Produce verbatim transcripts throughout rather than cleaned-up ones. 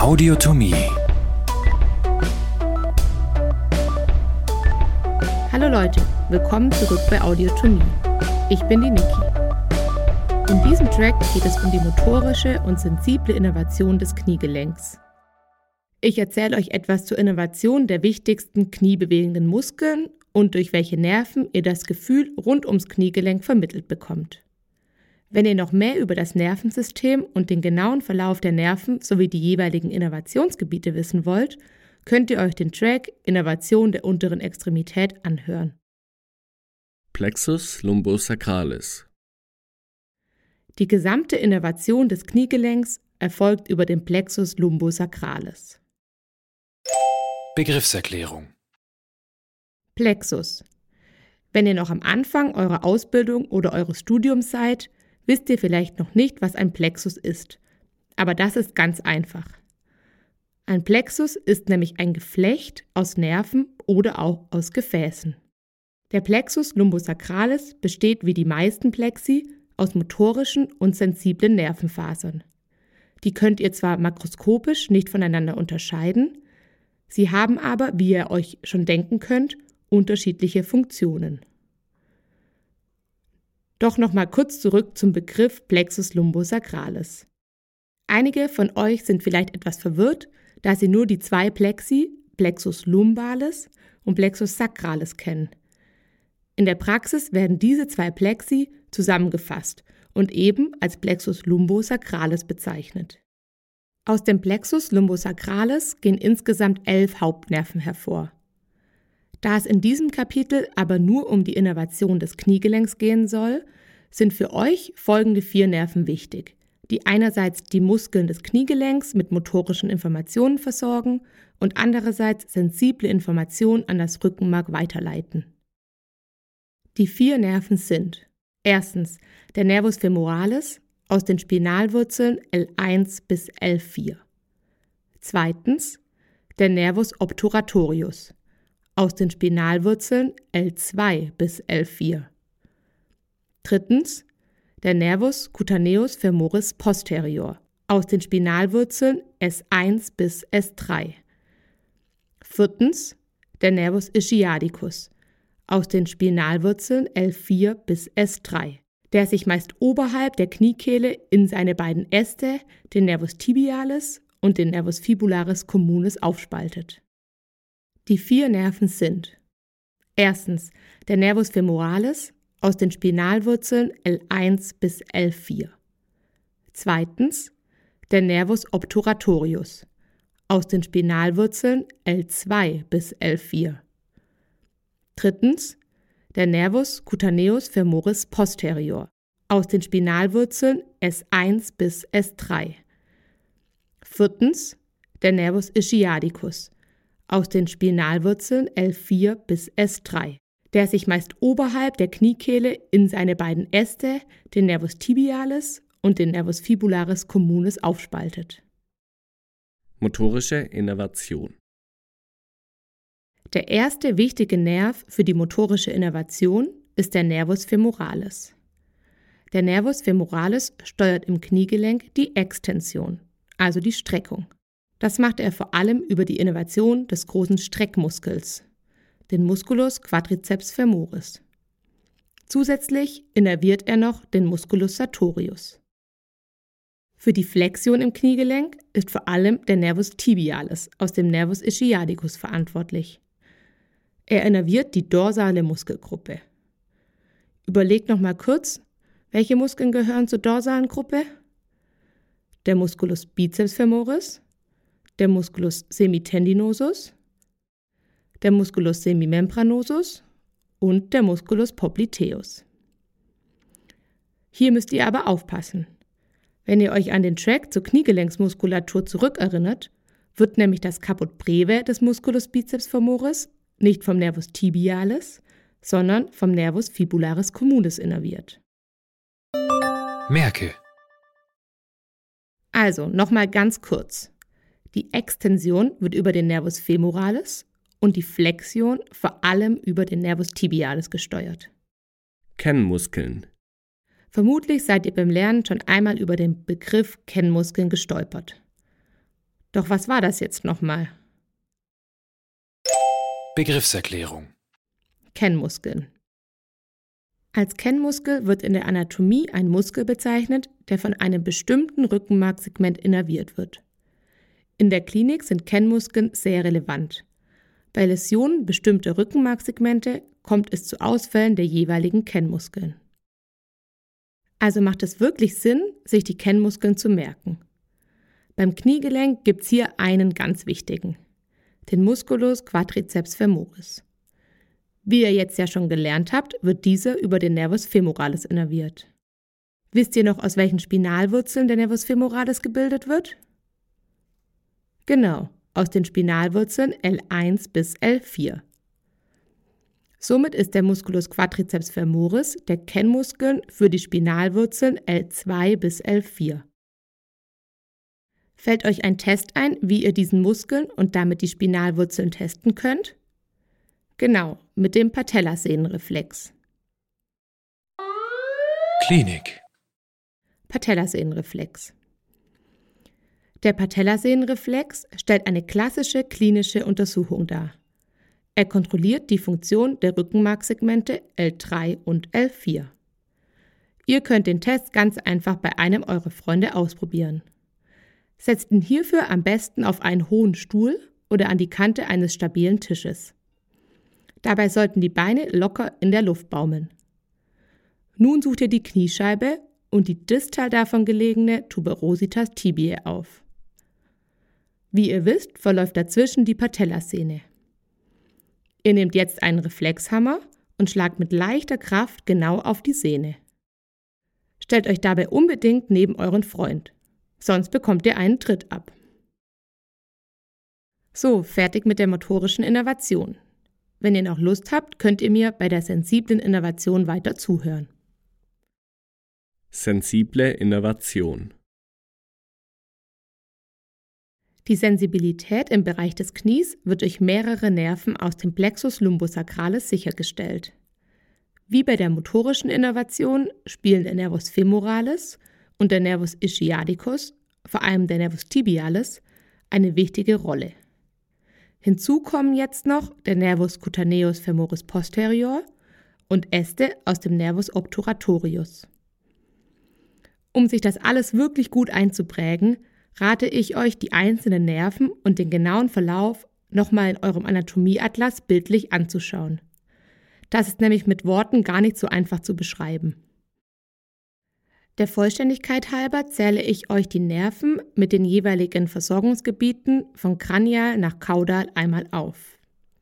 Audiotomie. Hallo Leute, willkommen zurück bei Audiotomie. Ich bin die Niki. In diesem Track geht es um die motorische und sensible Innervation des Kniegelenks. Ich erzähle euch etwas zur Innervation der wichtigsten kniebewegenden Muskeln und durch welche Nerven ihr das Gefühl rund ums Kniegelenk vermittelt bekommt. Wenn ihr noch mehr über das Nervensystem und den genauen Verlauf der Nerven sowie die jeweiligen Innervationsgebiete wissen wollt, könnt ihr euch den Track Innervation der unteren Extremität anhören. Plexus lumbosacralis. Die gesamte Innervation des Kniegelenks erfolgt über den Plexus lumbosacralis. Begriffserklärung. Plexus. Wenn ihr noch am Anfang eurer Ausbildung oder eures Studiums seid, wisst ihr vielleicht noch nicht, was ein Plexus ist. Aber das ist ganz einfach. Ein Plexus ist nämlich ein Geflecht aus Nerven oder auch aus Gefäßen. Der Plexus lumbosacralis besteht wie die meisten Plexi aus motorischen und sensiblen Nervenfasern. Die könnt ihr zwar makroskopisch nicht voneinander unterscheiden, sie haben aber, wie ihr euch schon denken könnt, unterschiedliche Funktionen. Doch nochmal kurz zurück zum Begriff Plexus lumbosacralis. Einige von euch sind vielleicht etwas verwirrt, da sie nur die zwei Plexi, Plexus lumbalis und Plexus sacralis kennen. In der Praxis werden diese zwei Plexi zusammengefasst und eben als Plexus lumbosacralis bezeichnet. Aus dem Plexus lumbosacralis gehen insgesamt elf Hauptnerven hervor. Da es in diesem Kapitel aber nur um die Innervation des Kniegelenks gehen soll, sind für euch folgende vier Nerven wichtig, die einerseits die Muskeln des Kniegelenks mit motorischen Informationen versorgen und andererseits sensible Informationen an das Rückenmark weiterleiten. Die vier Nerven sind erstens der Nervus femoralis aus den Spinalwurzeln L eins bis L vier. Zweitens der Nervus obturatorius aus den Spinalwurzeln L zwei bis L vier. Drittens der Nervus cutaneus femoris posterior aus den Spinalwurzeln S eins bis S drei. Viertens der Nervus ischiadicus aus den Spinalwurzeln L vier bis S drei, der sich meist oberhalb der Kniekehle in seine beiden Äste, den Nervus tibialis und den Nervus fibularis communis, aufspaltet. Die vier Nerven sind erstens der Nervus femoralis aus den Spinalwurzeln L eins bis L vier. Zweitens der Nervus obturatorius aus den Spinalwurzeln L zwei bis L vier. Drittens der Nervus cutaneus femoris posterior aus den Spinalwurzeln S eins bis S drei. Viertens der Nervus ischiadicus aus den Spinalwurzeln L vier bis S drei, der sich meist oberhalb der Kniekehle in seine beiden Äste, den Nervus tibialis und den Nervus fibularis communis, aufspaltet. Motorische Innervation. Der erste wichtige Nerv für die motorische Innervation ist der Nervus femoralis. Der Nervus femoralis steuert im Kniegelenk die Extension, also die Streckung. Das macht er vor allem über die Innervation des großen Streckmuskels, den Musculus quadriceps femoris. Zusätzlich innerviert er noch den Musculus sartorius. Für die Flexion im Kniegelenk ist vor allem der Nervus tibialis aus dem Nervus ischiadicus verantwortlich. Er innerviert die dorsale Muskelgruppe. Überlegt noch mal kurz, welche Muskeln gehören zur dorsalen Gruppe? Der Musculus biceps femoris, der Musculus semitendinosus, der Musculus semimembranosus und der Musculus popliteus. Hier müsst ihr aber aufpassen. Wenn ihr euch an den Track zur Kniegelenksmuskulatur zurückerinnert, wird nämlich das Caput breve des Musculus biceps femoris nicht vom Nervus tibialis, sondern vom Nervus fibularis communis innerviert. Merke. Also, nochmal ganz kurz. Die Extension wird über den Nervus femoralis und die Flexion vor allem über den Nervus tibialis gesteuert. Kennmuskeln. Vermutlich seid ihr beim Lernen schon einmal über den Begriff Kennmuskeln gestolpert. Doch was war das jetzt nochmal? Begriffserklärung. Kennmuskeln. Als Kennmuskel wird in der Anatomie ein Muskel bezeichnet, der von einem bestimmten Rückenmarkssegment innerviert wird. In der Klinik sind Kennmuskeln sehr relevant. Bei Läsionen bestimmter Rückenmarkssegmente kommt es zu Ausfällen der jeweiligen Kennmuskeln. Also macht es wirklich Sinn, sich die Kennmuskeln zu merken. Beim Kniegelenk gibt es hier einen ganz wichtigen, den Musculus quadriceps femoris. Wie ihr jetzt ja schon gelernt habt, wird dieser über den Nervus femoralis innerviert. Wisst ihr noch, aus welchen Spinalwurzeln der Nervus femoralis gebildet wird? Genau, aus den Spinalwurzeln L eins bis L vier. Somit ist der Musculus quadriceps femoris der Kennmuskel für die Spinalwurzeln L zwei bis L vier. Fällt euch ein Test ein, wie ihr diesen Muskeln und damit die Spinalwurzeln testen könnt? Genau, mit dem Patellasehnenreflex. Klinik. Patellasehnenreflex. Der Patellasehnenreflex stellt eine klassische klinische Untersuchung dar. Er kontrolliert die Funktion der Rückenmarkssegmente L drei und L vier. Ihr könnt den Test ganz einfach bei einem eurer Freunde ausprobieren. Setzt ihn hierfür am besten auf einen hohen Stuhl oder an die Kante eines stabilen Tisches. Dabei sollten die Beine locker in der Luft baumeln. Nun sucht ihr die Kniescheibe und die distal davon gelegene Tuberositas tibiae auf. Wie ihr wisst, verläuft dazwischen die Patellasehne. Ihr nehmt jetzt einen Reflexhammer und schlagt mit leichter Kraft genau auf die Sehne. Stellt euch dabei unbedingt neben euren Freund, sonst bekommt ihr einen Tritt ab. So, fertig mit der motorischen Innervation. Wenn ihr noch Lust habt, könnt ihr mir bei der sensiblen Innervation weiter zuhören. Sensible Innervation. Die Sensibilität im Bereich des Knies wird durch mehrere Nerven aus dem Plexus lumbosacralis sichergestellt. Wie bei der motorischen Innervation spielen der Nervus femoralis und der Nervus ischiadicus, vor allem der Nervus tibialis, eine wichtige Rolle. Hinzu kommen jetzt noch der Nervus cutaneus femoris posterior und Äste aus dem Nervus obturatorius. Um sich das alles wirklich gut einzuprägen, rate ich euch, die einzelnen Nerven und den genauen Verlauf nochmal in eurem Anatomieatlas bildlich anzuschauen. Das ist nämlich mit Worten gar nicht so einfach zu beschreiben. Der Vollständigkeit halber zähle ich euch die Nerven mit den jeweiligen Versorgungsgebieten von kranial nach kaudal einmal auf.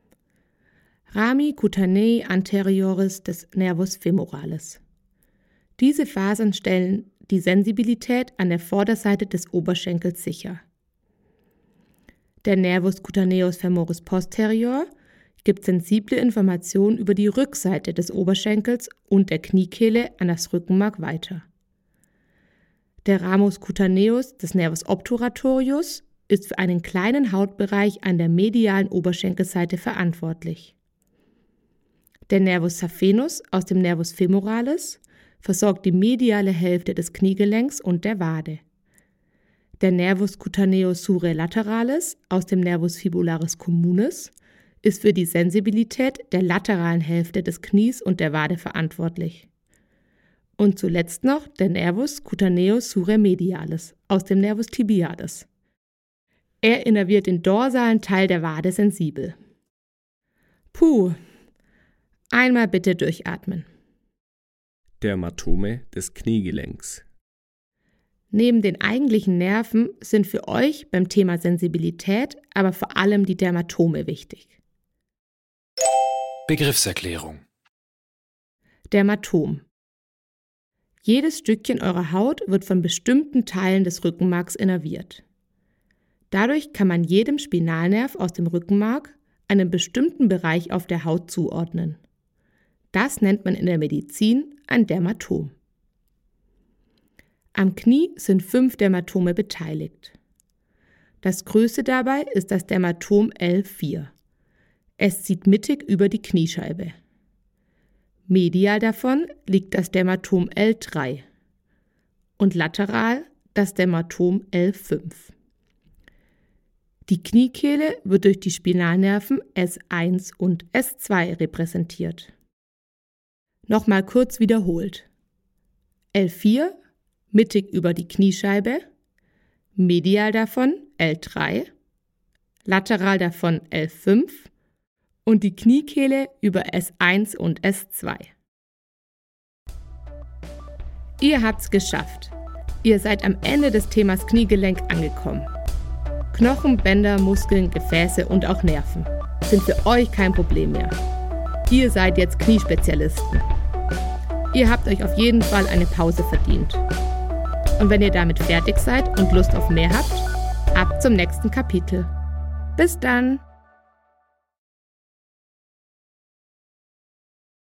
Rami cutanei anterioris des Nervus femoralis. Diese Fasern stellen die Sensibilität an der Vorderseite des Oberschenkels sicher. Der Nervus cutaneus femoris posterior gibt sensible Informationen über die Rückseite des Oberschenkels und der Kniekehle an das Rückenmark weiter. Der Ramus cutaneus des Nervus obturatorius ist für einen kleinen Hautbereich an der medialen Oberschenkelseite verantwortlich. Der Nervus saphenus aus dem Nervus femoralis versorgt die mediale Hälfte des Kniegelenks und der Wade. Der Nervus cutaneus surae lateralis aus dem Nervus fibularis communis ist für die Sensibilität der lateralen Hälfte des Knies und der Wade verantwortlich. Und zuletzt noch der Nervus cutaneus surae medialis aus dem Nervus tibialis. Er innerviert den dorsalen Teil der Wade sensibel. Puh, einmal bitte durchatmen. Dermatome des Kniegelenks. Neben den eigentlichen Nerven sind für euch beim Thema Sensibilität aber vor allem die Dermatome wichtig. Begriffserklärung. Dermatom. Jedes Stückchen eurer Haut wird von bestimmten Teilen des Rückenmarks innerviert. Dadurch kann man jedem Spinalnerv aus dem Rückenmark einen bestimmten Bereich auf der Haut zuordnen. Das nennt man in der Medizin ein Dermatom. Am Knie sind fünf Dermatome beteiligt. Das größte dabei ist das Dermatom L vier. Es zieht mittig über die Kniescheibe. Medial davon liegt das Dermatom L drei und lateral das Dermatom L fünf. Die Kniekehle wird durch die Spinalnerven S eins und S zwei repräsentiert. Nochmal kurz wiederholt. L vier, mittig über die Kniescheibe, medial davon L drei, lateral davon L fünf und die Kniekehle über S eins und S zwei. Ihr habt's geschafft. Ihr seid am Ende des Themas Kniegelenk angekommen. Knochen, Bänder, Muskeln, Gefäße und auch Nerven sind für euch kein Problem mehr. Ihr seid jetzt Kniespezialisten. Ihr habt euch auf jeden Fall eine Pause verdient. Und wenn ihr damit fertig seid und Lust auf mehr habt, ab zum nächsten Kapitel. Bis dann!